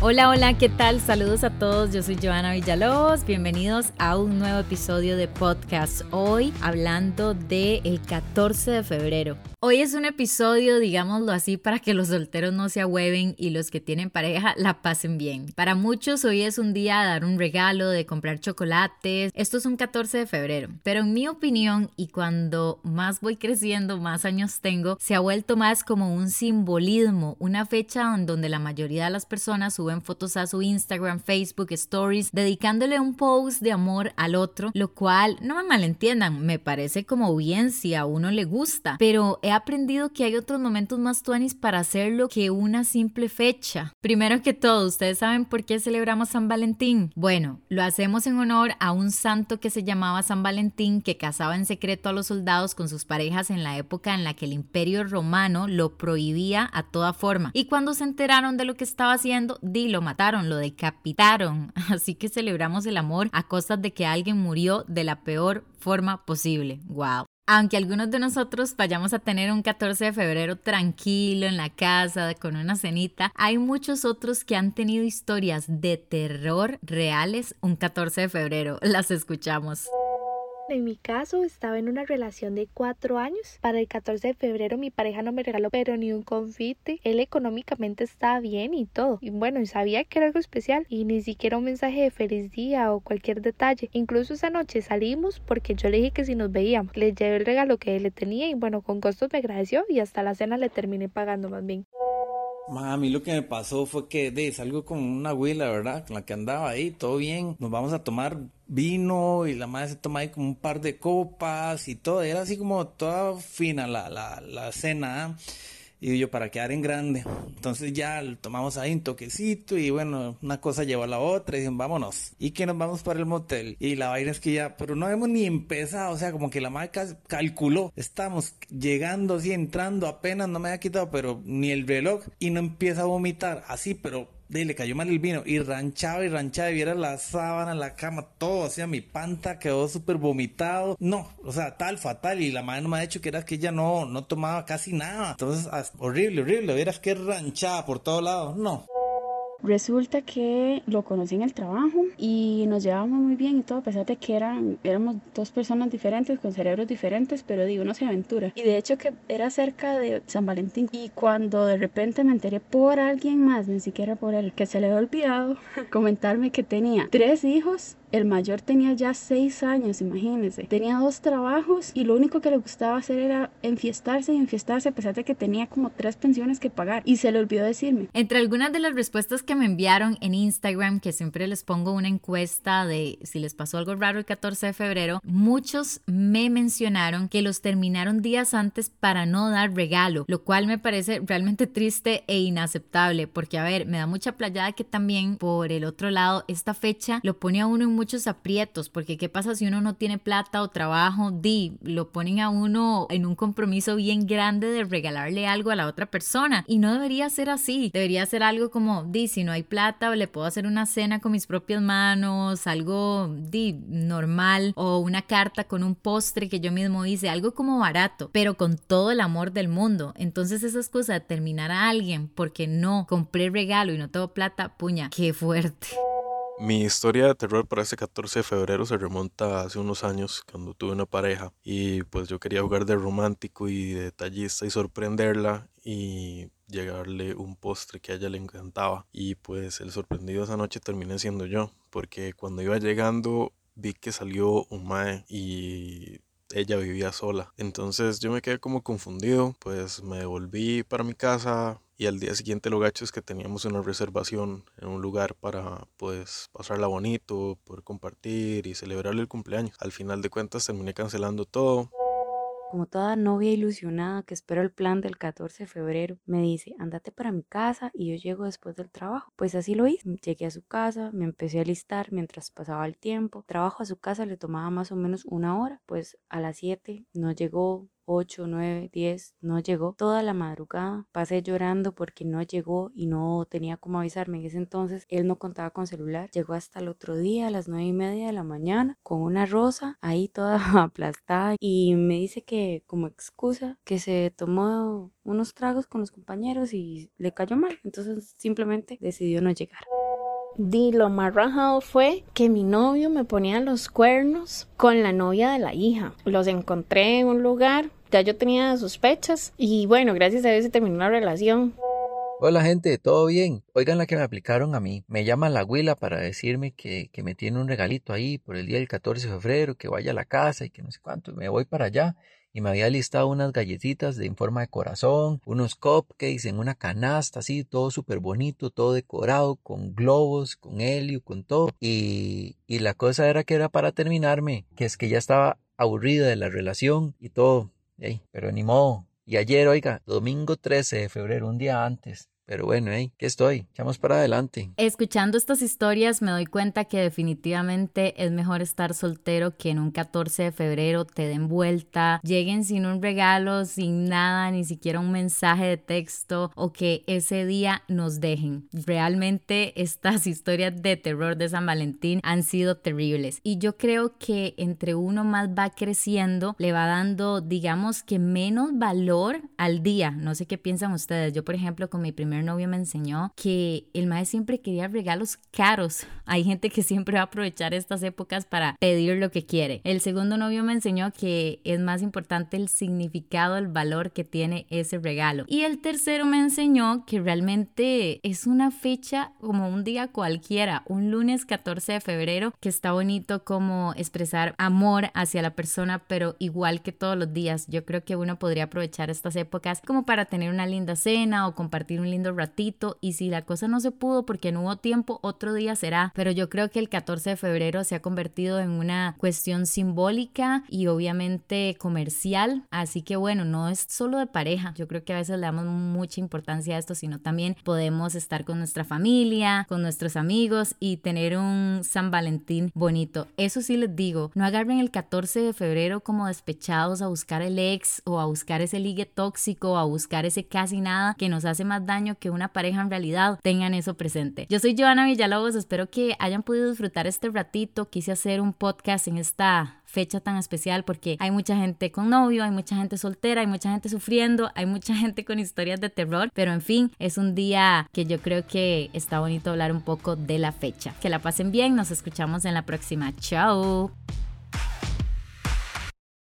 Hola, hola, ¿qué tal? Saludos a todos, yo soy Joana Villalobos, bienvenidos a un nuevo episodio de podcast. Hoy hablando del 14 de febrero. Hoy es un episodio, digámoslo así, para que los solteros no se ahueven y los que tienen pareja la pasen bien. Para muchos hoy es un día de dar un regalo, de comprar chocolates. Esto es un 14 de febrero, pero en mi opinión y cuando más voy creciendo, más años tengo, se ha vuelto más como un simbolismo, una fecha en donde la mayoría de las personas suben fotos a su Instagram, Facebook, Stories, dedicándole un post de amor al otro, lo cual, no me malentiendan, me parece como bien si a uno le gusta, pero he aprendido que hay otros momentos más tuanis para hacerlo que una simple fecha. Primero que todo, ¿ustedes saben por qué celebramos San Valentín? Bueno, lo hacemos en honor a un santo que se llamaba San Valentín, que casaba en secreto a los soldados con sus parejas en la época en la que el Imperio Romano lo prohibía a toda forma. Y cuando se enteraron de lo que estaba haciendo, lo mataron, lo decapitaron. Así que celebramos el amor a costas de que alguien murió de la peor forma posible. Wow. Aunque algunos de nosotros vayamos a tener un 14 de febrero tranquilo en la casa con una cenita, hay muchos otros que han tenido historias de terror reales un 14 de febrero. Las escuchamos. En mi caso, estaba en una relación de 4 años. Para el 14 de febrero mi pareja no me regaló pero ni un confite. Él económicamente estaba bien y todo. Y bueno, sabía que era algo especial y ni siquiera un mensaje de feliz día o cualquier detalle. Incluso esa noche salimos porque yo le dije que si nos veíamos. Le llevé el regalo que él le tenía y bueno, con costos me agradeció y hasta la cena le terminé pagando más bien. A mí lo que me pasó fue que salgo con una abuela, ¿verdad? Con la que andaba ahí, todo bien. Nos vamos a tomar vino y la madre se toma ahí como un par de copas y todo. Era así como toda fina la cena, ¿eh? Y yo para quedar en grande. Entonces ya tomamos ahí un toquecito y bueno, una cosa llevó a la otra y dicen vámonos. Y que nos vamos para el motel. Y la vaina es que ya, pero no hemos ni empezado, o sea, como que la madre calculó. Estamos llegando así, entrando apenas, no me había quitado, pero ni el reloj y no empieza a vomitar, así, pero le cayó mal el vino y ranchaba y viera la sábana, la cama, todo, o sea, mi panta quedó súper vomitado, no, o sea, fatal, y la madre no me ha dicho que era que ella no tomaba casi nada, entonces, horrible, vieras que ranchaba por todos lados, no. Resulta que lo conocí en el trabajo y nos llevábamos muy bien y todo, a pesar de que éramos dos personas diferentes, con cerebros diferentes, pero uno se aventura. Y de hecho que era cerca de San Valentín. Y cuando de repente me enteré por alguien más, ni siquiera por él, que se le había olvidado comentarme que tenía 3 hijos. El mayor tenía ya 6 años, imagínense. Tenía 2 trabajos y lo único que le gustaba hacer era enfiestarse, a pesar de que tenía como 3 pensiones que pagar. Y se le olvidó decirme. Entre algunas de las respuestas que me enviaron en Instagram, que siempre les pongo una encuesta de si les pasó algo raro el 14 de febrero, muchos me mencionaron que los terminaron días antes para no dar regalo, lo cual me parece realmente triste e inaceptable, porque a ver, me da mucha playada que también por el otro lado esta fecha lo pone a uno en muchos aprietos, porque qué pasa si uno no tiene plata o trabajo, lo ponen a uno en un compromiso bien grande de regalarle algo a la otra persona y no debería ser así, debería ser algo como, si no hay plata le puedo hacer una cena con mis propias manos, algo normal o una carta con un postre que yo mismo hice, algo como barato, pero con todo el amor del mundo. Entonces esa excusa de terminar a alguien porque no compré regalo y no tengo plata, puña, qué fuerte. Mi historia de terror para este 14 de febrero se remonta a hace unos años cuando tuve una pareja y pues yo quería jugar de romántico y de detallista y sorprenderla y llegarle un postre que a ella le encantaba y pues el sorprendido esa noche terminé siendo yo porque cuando iba llegando vi que salió un mae y ella vivía sola. Entonces yo me quedé como confundido, pues me devolví para mi casa y al día siguiente lo gacho es que teníamos una reservación en un lugar para pues pasarla bonito, poder compartir y celebrarle el cumpleaños. Al final de cuentas terminé cancelando todo. Como toda novia ilusionada que espero el plan del 14 de febrero, me dice, andate para mi casa y yo llego después del trabajo. Pues así lo hice. Llegué a su casa, me empecé a alistar mientras pasaba el tiempo. Trabajo a su casa le tomaba más o menos 1 hora. Pues a las 7 no llegó. 8, 9, 10, no llegó. Toda la madrugada pasé llorando porque no llegó y no tenía cómo avisarme. En ese entonces él no contaba con celular. Llegó hasta el otro día a las 9:30 de la mañana con una rosa ahí toda aplastada y me dice que como excusa que se tomó unos tragos con los compañeros y le cayó mal. Entonces simplemente decidió no llegar. Lo más rajado fue que mi novio me ponía los cuernos con la novia de la hija. Los encontré en un lugar, ya yo tenía sospechas y bueno, gracias a Dios se terminó la relación. Hola gente, ¿todo bien? Oigan la que me aplicaron a mí. Me llama la abuela para decirme que me tiene un regalito ahí por el día del 14 de febrero, que vaya a la casa y que no sé cuánto. Me voy para allá y me había listado unas galletitas en forma de corazón, unos cupcakes en una canasta así, todo súper bonito, todo decorado, con globos, con helio, con todo. Y la cosa era que era para terminarme, que es que ya estaba aburrida de la relación y todo. Pero ni modo. Y ayer, oiga, domingo 13 de febrero, un día antes. Pero bueno, ¿qué estoy? Echamos para adelante. Escuchando estas historias me doy cuenta que definitivamente es mejor estar soltero que en un 14 de febrero te den vuelta, lleguen sin un regalo, sin nada, ni siquiera un mensaje de texto o que ese día nos dejen. Realmente estas historias de terror de San Valentín han sido terribles y yo creo que entre uno más va creciendo, le va dando, digamos que menos valor al día. No sé qué piensan ustedes. Yo, por ejemplo, con mi primer novio me enseñó que el mae siempre quería regalos caros. Hay gente que siempre va a aprovechar estas épocas para pedir lo que quiere. El segundo novio me enseñó que es más importante el significado, el valor que tiene ese regalo. Y el tercero me enseñó que realmente es una fecha como un día cualquiera, un lunes 14 de febrero, que está bonito como expresar amor hacia la persona, pero igual que todos los días. Yo creo que uno podría aprovechar estas épocas como para tener una linda cena o compartir un lindo ratito, y si la cosa no se pudo porque no hubo tiempo, otro día será. Pero yo creo que el 14 de febrero se ha convertido en una cuestión simbólica y obviamente comercial, así que bueno, no es solo de pareja. Yo creo que a veces le damos mucha importancia a esto, sino también podemos estar con nuestra familia, con nuestros amigos y tener un San Valentín bonito. Eso sí les digo, no agarren el 14 de febrero como despechados a buscar el ex o a buscar ese ligue tóxico o a buscar ese casi nada que nos hace más daño que una pareja en realidad. Tengan eso presente. Yo soy Joana Villalobos, espero que hayan podido disfrutar este ratito. Quise hacer un podcast en esta fecha tan especial porque hay mucha gente con novio, hay mucha gente soltera, hay mucha gente sufriendo, hay mucha gente con historias de terror, pero en fin, es un día que yo creo que está bonito hablar un poco de la fecha. Que la pasen bien, nos escuchamos en la próxima. Chao.